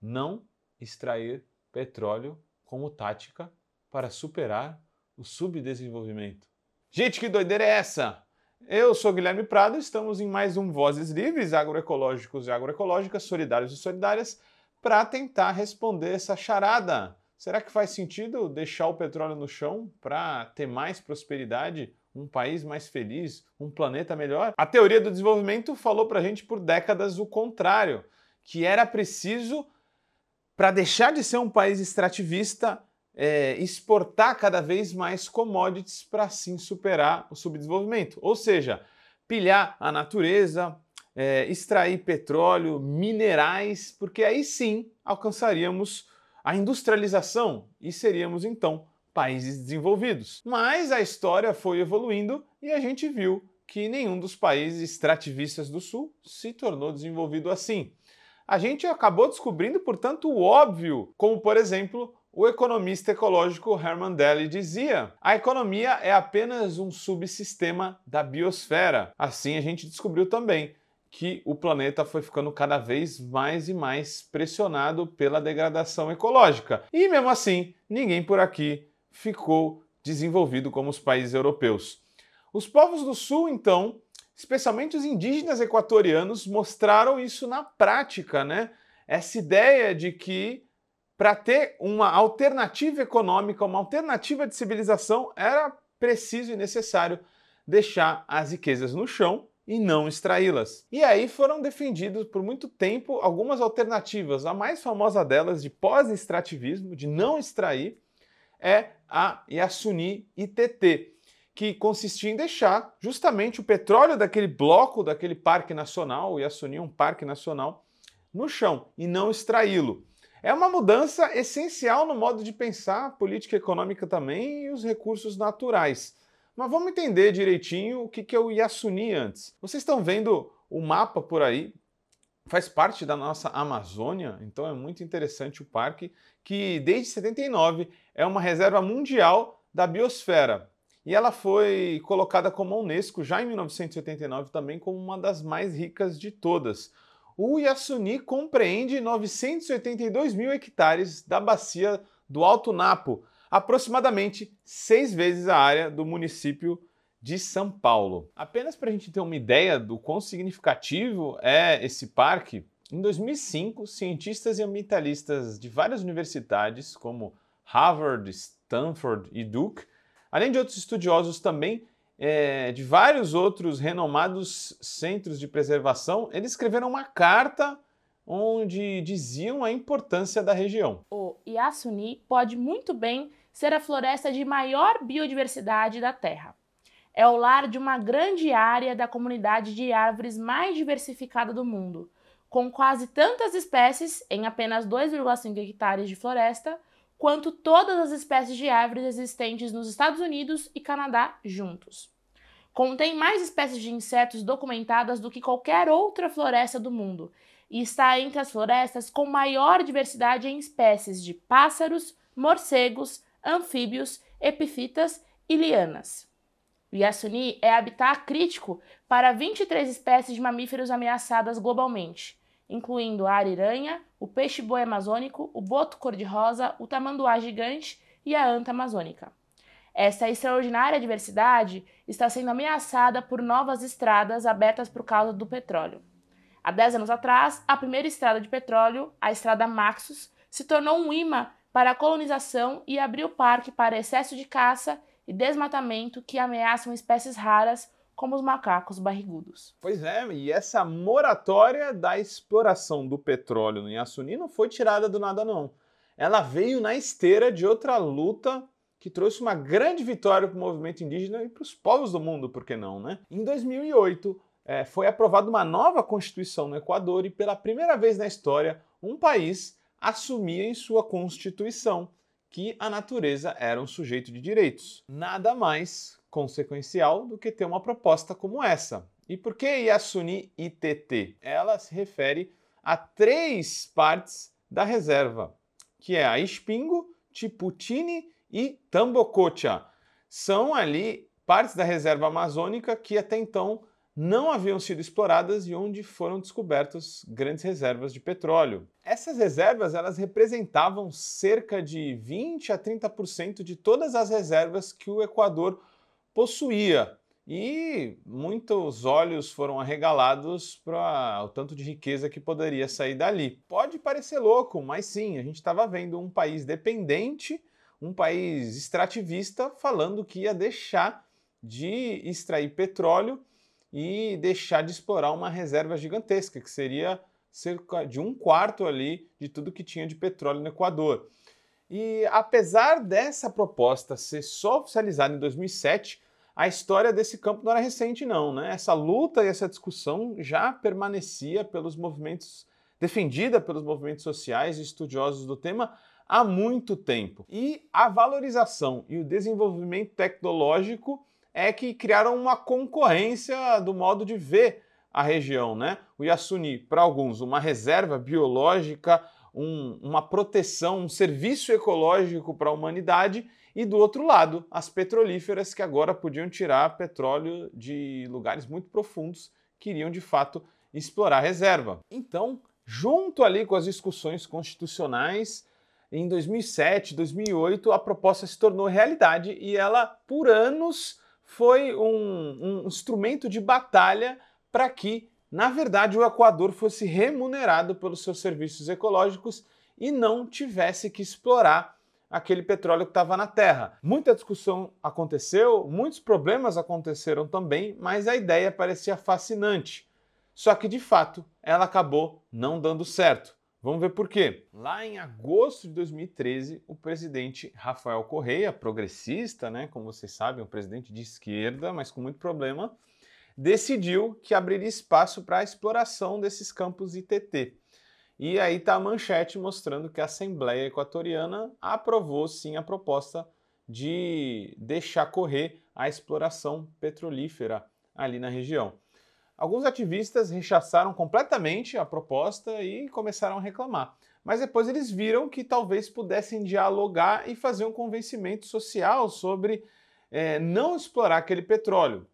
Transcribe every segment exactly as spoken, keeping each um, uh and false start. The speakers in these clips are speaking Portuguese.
não extrair petróleo como tática para superar o subdesenvolvimento. Gente, que doideira é essa? Eu sou Guilherme Prado, estamos em mais um Vozes Livres, agroecológicos e agroecológicas, solidários e solidárias, para tentar responder essa charada. Será que faz sentido deixar o petróleo no chão para ter mais prosperidade, um país mais feliz, um planeta melhor? A teoria do desenvolvimento falou para a gente por décadas o contrário, que era preciso, para deixar de ser um país extrativista, é, exportar cada vez mais commodities para assim superar o subdesenvolvimento. Ou seja, pilhar a natureza, é, extrair petróleo, minerais, porque aí sim alcançaríamos a industrialização e seríamos então países desenvolvidos. Mas a história foi evoluindo e a gente viu que nenhum dos países extrativistas do Sul se tornou desenvolvido assim. A gente acabou descobrindo, portanto, o óbvio, como por exemplo, o economista ecológico Herman Daly dizia: a economia é apenas um subsistema da biosfera. Assim a gente descobriu também que o planeta foi ficando cada vez mais e mais pressionado pela degradação ecológica. E mesmo assim, ninguém por aqui ficou desenvolvido como os países europeus. Os povos do Sul, então, especialmente os indígenas equatorianos, mostraram isso na prática, né? Essa ideia de que para ter uma alternativa econômica, uma alternativa de civilização, era preciso e necessário deixar as riquezas no chão e não extraí-las. E aí foram defendidas por muito tempo algumas alternativas. A mais famosa delas, de pós-extrativismo, de não extrair, é a Yasuni I T T, que consistia em deixar justamente o petróleo daquele bloco, daquele parque nacional, o Yasuni é um parque nacional, no chão e não extraí-lo. É uma mudança essencial no modo de pensar a política econômica também e os recursos naturais. Mas vamos entender direitinho o que é o Yasuni antes. Vocês estão vendo o mapa por aí, faz parte da nossa Amazônia, então é muito interessante o parque, que desde setenta e nove é uma reserva mundial da biosfera. E ela foi colocada como a Unesco já em mil novecentos e oitenta e nove também como uma das mais ricas de todas. O Yasuni compreende novecentos e oitenta e dois mil hectares da bacia do Alto Napo, aproximadamente seis vezes a área do município de São Paulo. Apenas para a gente ter uma ideia do quão significativo é esse parque, em dois mil e cinco, cientistas e ambientalistas de várias universidades, como Harvard, Stanford e Duke, além de outros estudiosos também é, de vários outros renomados centros de preservação, eles escreveram uma carta onde diziam a importância da região. O Yasuni pode muito bem ser a floresta de maior biodiversidade da Terra. É o lar de uma grande área da comunidade de árvores mais diversificada do mundo, com quase tantas espécies em apenas dois vírgula cinco hectares de floresta, quanto todas as espécies de árvores existentes nos Estados Unidos e Canadá juntos. Contém mais espécies de insetos documentadas do que qualquer outra floresta do mundo e está entre as florestas com maior diversidade em espécies de pássaros, morcegos, anfíbios, epifitas e lianas. O Yasuni é habitat crítico para vinte e três espécies de mamíferos ameaçadas globalmente, incluindo a ariranha, o peixe-boi amazônico, o boto cor-de-rosa, o tamanduá gigante e a anta amazônica. Essa extraordinária diversidade está sendo ameaçada por novas estradas abertas por causa do petróleo. Há dez anos atrás, a primeira estrada de petróleo, a Estrada Maxus, se tornou um imã para a colonização e abriu o parque para excesso de caça e desmatamento que ameaçam espécies raras como os macacos barrigudos. Pois é, e essa moratória da exploração do petróleo no Yasuni não foi tirada do nada não. Ela veio na esteira de outra luta que trouxe uma grande vitória para o movimento indígena e para os povos do mundo, por que não, né? Em dois mil e oito, é, foi aprovada uma nova Constituição no Equador e pela primeira vez na história, um país assumia em sua Constituição que a natureza era um sujeito de direitos. Nada mais consequencial do que ter uma proposta como essa. E por que Yasuni I T T? Ela se refere a três partes da reserva, que é a Espingo, Tiputini e Tambococha. São ali partes da reserva amazônica que até então não haviam sido exploradas e onde foram descobertas grandes reservas de petróleo. Essas reservas elas representavam cerca de vinte a trinta por cento de todas as reservas que o Equador possuía. E muitos olhos foram arregalados para o tanto de riqueza que poderia sair dali. Pode parecer louco, mas sim, a gente estava vendo um país dependente, um país extrativista, falando que ia deixar de extrair petróleo e deixar de explorar uma reserva gigantesca, que seria cerca de um quarto ali de tudo que tinha de petróleo no Equador. E apesar dessa proposta ser só oficializada em dois mil e sete, a história desse campo não era recente não, né? Essa luta e essa discussão já permanecia pelos movimentos, defendida pelos movimentos sociais e estudiosos do tema há muito tempo. E a valorização e o desenvolvimento tecnológico é que criaram uma concorrência do modo de ver a região, né? O Yasuni, para alguns, uma reserva biológica, um, uma proteção, um serviço ecológico para a humanidade, e do outro lado, as petrolíferas que agora podiam tirar petróleo de lugares muito profundos, queriam de fato explorar a reserva. Então, junto ali com as discussões constitucionais, em dois mil e sete, dois mil e oito, a proposta se tornou realidade e ela, por anos, foi um, um instrumento de batalha para que, na verdade, o Equador fosse remunerado pelos seus serviços ecológicos e não tivesse que explorar aquele petróleo que estava na terra. Muita discussão aconteceu, muitos problemas aconteceram também, mas a ideia parecia fascinante. Só que, de fato, ela acabou não dando certo. Vamos ver por quê. Lá em agosto de dois mil e treze, o presidente Rafael Correa, progressista, né, como vocês sabem, um presidente de esquerda, mas com muito problema, decidiu que abriria espaço para a exploração desses campos I T T. E aí está a manchete mostrando que a Assembleia Equatoriana aprovou sim a proposta de deixar correr a exploração petrolífera ali na região. Alguns ativistas rechaçaram completamente a proposta e começaram a reclamar. Mas depois eles viram que talvez pudessem dialogar e fazer um convencimento social sobre é, não explorar aquele petróleo.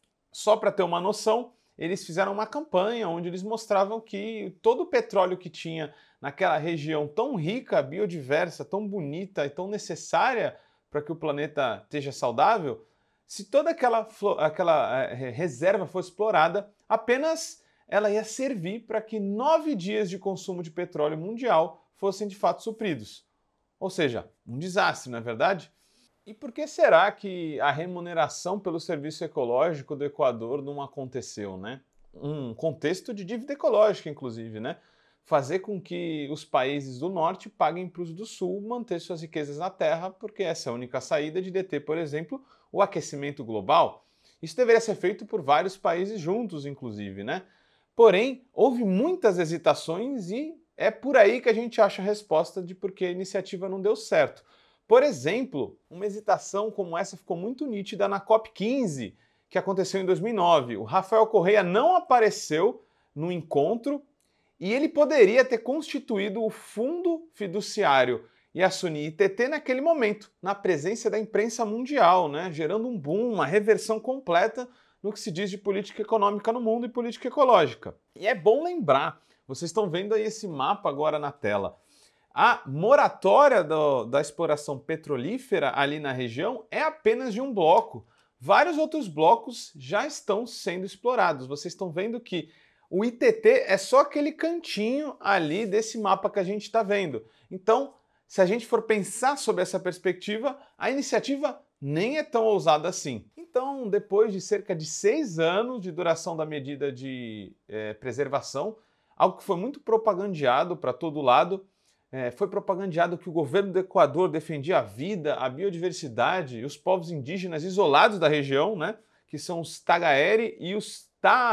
Só para ter uma noção, eles fizeram uma campanha onde eles mostravam que todo o petróleo que tinha naquela região tão rica, biodiversa, tão bonita e tão necessária para que o planeta esteja saudável, se toda aquela, aquela é, reserva fosse explorada, apenas ela ia servir para que nove dias de consumo de petróleo mundial fossem de fato supridos. Ou seja, um desastre, não é verdade? E por que será que a remuneração pelo serviço ecológico do Equador não aconteceu, né? Um contexto de dívida ecológica, inclusive, né? Fazer com que os países do norte paguem para os do sul manter suas riquezas na terra, porque essa é a única saída de deter, por exemplo, o aquecimento global. Isso deveria ser feito por vários países juntos, inclusive, né? Porém, houve muitas hesitações e é por aí que a gente acha a resposta de por que a iniciativa não deu certo. Por exemplo, uma hesitação como essa ficou muito nítida na COP quinze, que aconteceu em dois mil e nove. O Rafael Correa não apareceu no encontro e ele poderia ter constituído o fundo fiduciário Yasuni I T T naquele momento, na presença da imprensa mundial, né, gerando um boom, uma reversão completa no que se diz de política econômica no mundo e política ecológica. E é bom lembrar, vocês estão vendo aí esse mapa agora na tela, a moratória do, da exploração petrolífera ali na região é apenas de um bloco. Vários outros blocos já estão sendo explorados. Vocês estão vendo que o I T T é só aquele cantinho ali desse mapa que a gente está vendo. Então, se a gente for pensar sobre essa perspectiva, a iniciativa nem é tão ousada assim. Então, depois de cerca de seis anos de duração da medida de é, preservação, algo que foi muito propagandeado para todo lado, É, foi propagandeado que o governo do Equador defendia a vida, a biodiversidade e os povos indígenas isolados da região, né, que são os Tagaere e os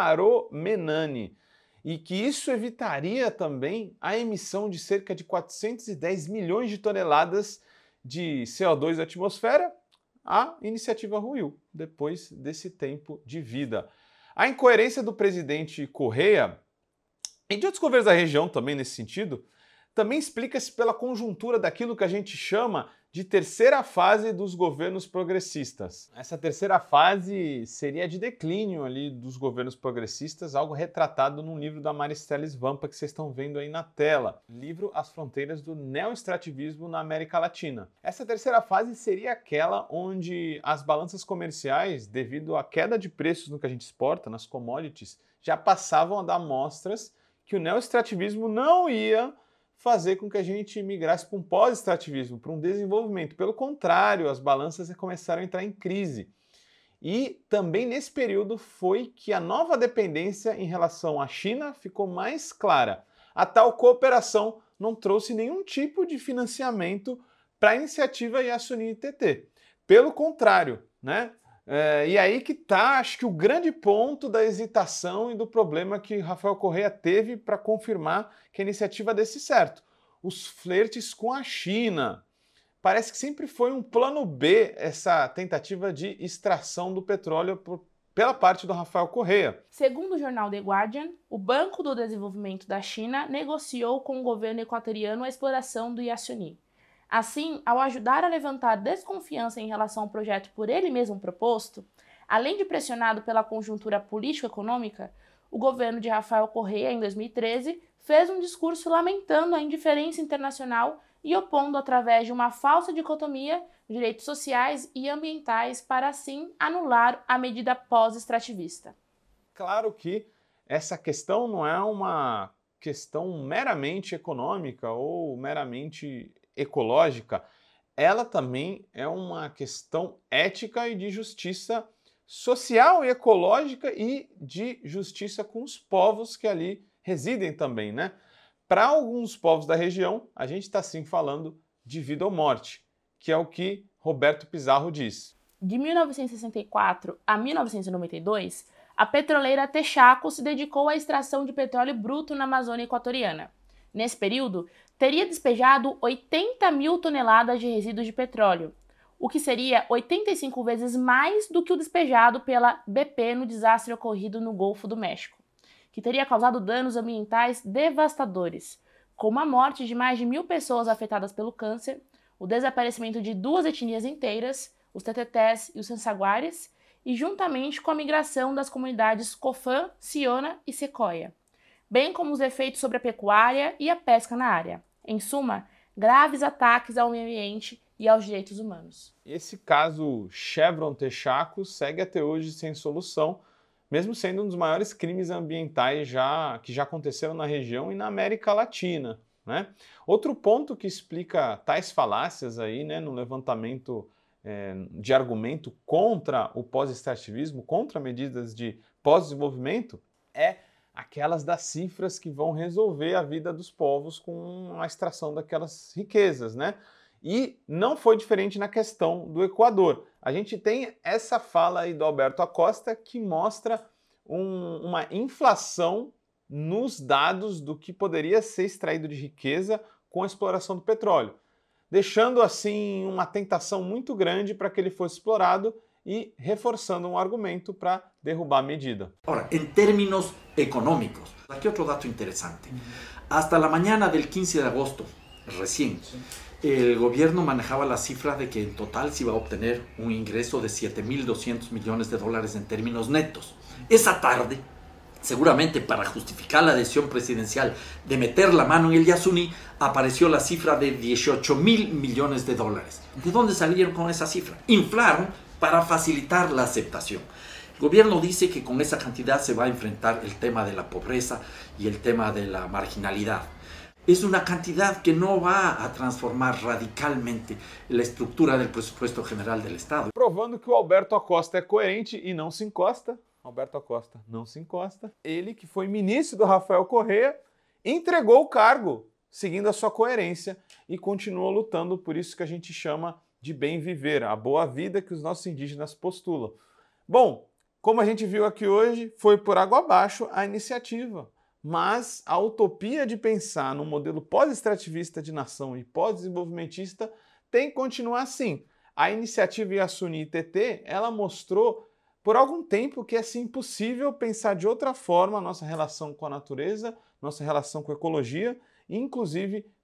Taromenani, e que isso evitaria também a emissão de cerca de quatrocentos e dez milhões de toneladas de C O dois da atmosfera. A iniciativa ruiu depois desse tempo de vida. A incoerência do presidente Correa e de outros governos da região também nesse sentido também explica-se pela conjuntura daquilo que a gente chama de terceira fase dos governos progressistas. Essa terceira fase seria de declínio ali dos governos progressistas, algo retratado num livro da Maristela Svampa que vocês estão vendo aí na tela, livro As Fronteiras do Neoextrativismo na América Latina. Essa terceira fase seria aquela onde as balanças comerciais, devido à queda de preços no que a gente exporta, nas commodities, já passavam a dar mostras que o neoextrativismo não ia fazer com que a gente migrasse para um pós-extrativismo, para um desenvolvimento. Pelo contrário, as balanças começaram a entrar em crise. E também nesse período foi que a nova dependência em relação à China ficou mais clara. A tal cooperação não trouxe nenhum tipo de financiamento para a iniciativa Yasuni T T. Pelo contrário, né? É, e aí que está, acho que o grande ponto da hesitação e do problema que Rafael Correa teve para confirmar que a iniciativa desse certo. Os flertes com a China. Parece que sempre foi um plano B essa tentativa de extração do petróleo por, pela parte do Rafael Correa. Segundo o jornal The Guardian, o Banco do Desenvolvimento da China negociou com o governo equatoriano a exploração do Yasuni. Assim, ao ajudar a levantar desconfiança em relação ao projeto por ele mesmo proposto, além de pressionado pela conjuntura político-econômica, o governo de Rafael Correa, em dois mil e treze, fez um discurso lamentando a indiferença internacional e opondo, através de uma falsa dicotomia, direitos sociais e ambientais para, assim, anular a medida pós-extrativista. Claro que essa questão não é uma questão meramente econômica ou meramente ecológica, ela também é uma questão ética e de justiça social e ecológica e de justiça com os povos que ali residem também, né? Para alguns povos da região, a gente está sim falando de vida ou morte, que é o que Roberto Pizarro diz. De mil novecentos e sessenta e quatro a mil novecentos e noventa e dois, a petroleira Texaco se dedicou à extração de petróleo bruto na Amazônia Equatoriana. Nesse período, teria despejado oitenta mil toneladas de resíduos de petróleo, o que seria oitenta e cinco vezes mais do que o despejado pela B P no desastre ocorrido no Golfo do México, que teria causado danos ambientais devastadores, como a morte de mais de mil pessoas afetadas pelo câncer, o desaparecimento de duas etnias inteiras, os Tetetés e os Sansaguares, e juntamente com a migração das comunidades Cofã, Siona e Sequoia, bem como os efeitos sobre a pecuária e a pesca na área. Em suma, graves ataques ao meio ambiente e aos direitos humanos. Esse caso Chevron Texaco segue até hoje sem solução, mesmo sendo um dos maiores crimes ambientais já, que já aconteceram na região e na América Latina, né? Outro ponto que explica tais falácias aí, né, no levantamento é, de argumento contra o pós-extrativismo, contra medidas de pós-desenvolvimento, é aquelas das cifras que vão resolver a vida dos povos com a extração daquelas riquezas, né? E não foi diferente na questão do Equador. A gente tem essa fala aí do Alberto Acosta que mostra um, uma inflação nos dados do que poderia ser extraído de riqueza com a exploração do petróleo, deixando assim uma tentação muito grande para que ele fosse explorado y reforzando un argumento para derrubar medida. Ahora, en términos económicos, aquí otro dato interesante. Hasta la mañana del quince de agosto, recién, el gobierno manejaba la cifra de que en total se iba a obtener un ingreso de siete mil doscientos millones de dólares en términos netos. Esa tarde, seguramente para justificar la decisión presidencial de meter la mano en el Yasuni, apareció la cifra de dieciocho mil millones de dólares. ¿De dónde salieron con esa cifra? Inflaron para facilitar la aceptación. El gobierno dice que con esa cantidad se va a enfrentar el tema de la pobreza y el tema de la marginalidad. Es una cantidad que no va a transformar radicalmente la estructura del presupuesto general del Estado. Provando que o Alberto Acosta é coerente e não se encosta. Alberto Acosta não se encosta. Ele, que foi ministro do Rafael Correa, entregou o cargo, seguindo a sua coerência, e continuou lutando por isso que a gente chama de bem viver, a boa vida que os nossos indígenas postulam. Bom, como a gente viu aqui hoje, foi por água abaixo a iniciativa, mas a utopia de pensar num modelo pós-extrativista de nação e pós-desenvolvimentista tem que continuar assim. A iniciativa Yasuni T T, ela mostrou por algum tempo que é assim, impossível pensar de outra forma a nossa relação com a natureza, nossa relação com a ecologia, inclusive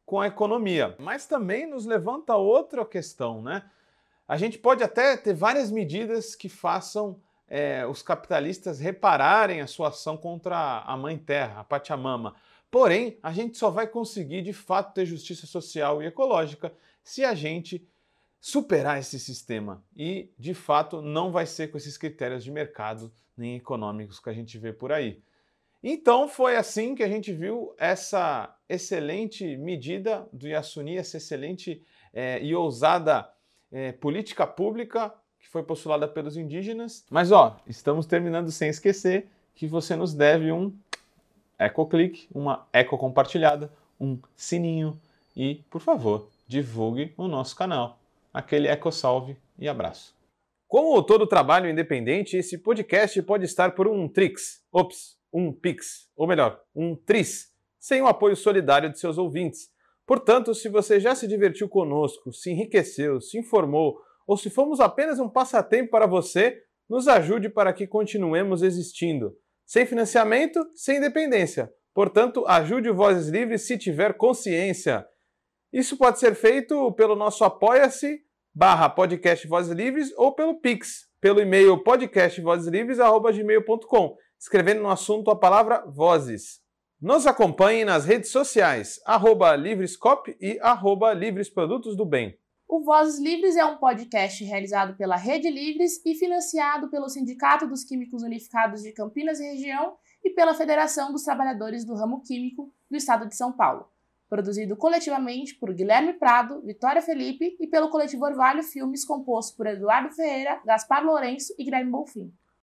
com a economia. Mas também nos levanta outra questão, né? A gente pode até ter várias medidas que façam é, os capitalistas repararem a sua ação contra a Mãe Terra, a Pachamama. Porém, a gente só vai conseguir de fato ter justiça social e ecológica se a gente superar esse sistema. E, de fato, não vai ser com esses critérios de mercado nem econômicos que a gente vê por aí. Então, foi assim que a gente viu essa excelente medida do Yasuni, essa excelente é, e ousada é, política pública que foi postulada pelos indígenas. Mas, ó, estamos terminando sem esquecer que você nos deve um EcoClick, uma Eco compartilhada, um sininho e, por favor, divulgue o nosso canal. Aquele EcoSalve e abraço. Como todo trabalho independente, esse podcast pode estar por um Trix, ops, um Pix, ou melhor, um Tris, sem o apoio solidário de seus ouvintes. Portanto, se você já se divertiu conosco, se enriqueceu, se informou, ou se fomos apenas um passatempo para você, nos ajude para que continuemos existindo. Sem financiamento, sem independência. Portanto, ajude o Vozes Livres se tiver consciência. Isso pode ser feito pelo nosso apoia-se barra podcast Vozes Livres ou pelo Pix, pelo e-mail podcastvozeslivres arroba gmail ponto com, escrevendo no assunto a palavra Vozes. Nos acompanhe nas redes sociais, arroba Livrescop e arroba Livres Produtos do Bem. O Vozes Livres é um podcast realizado pela Rede Livres e financiado pelo Sindicato dos Químicos Unificados de Campinas e Região e pela Federação dos Trabalhadores do Ramo Químico do Estado de São Paulo. Produzido coletivamente por Guilherme Prado, Vitória Felipe e pelo coletivo Orvalho Filmes, composto por Eduardo Ferreira, Gaspar Lourenço e Guilherme Bonfim.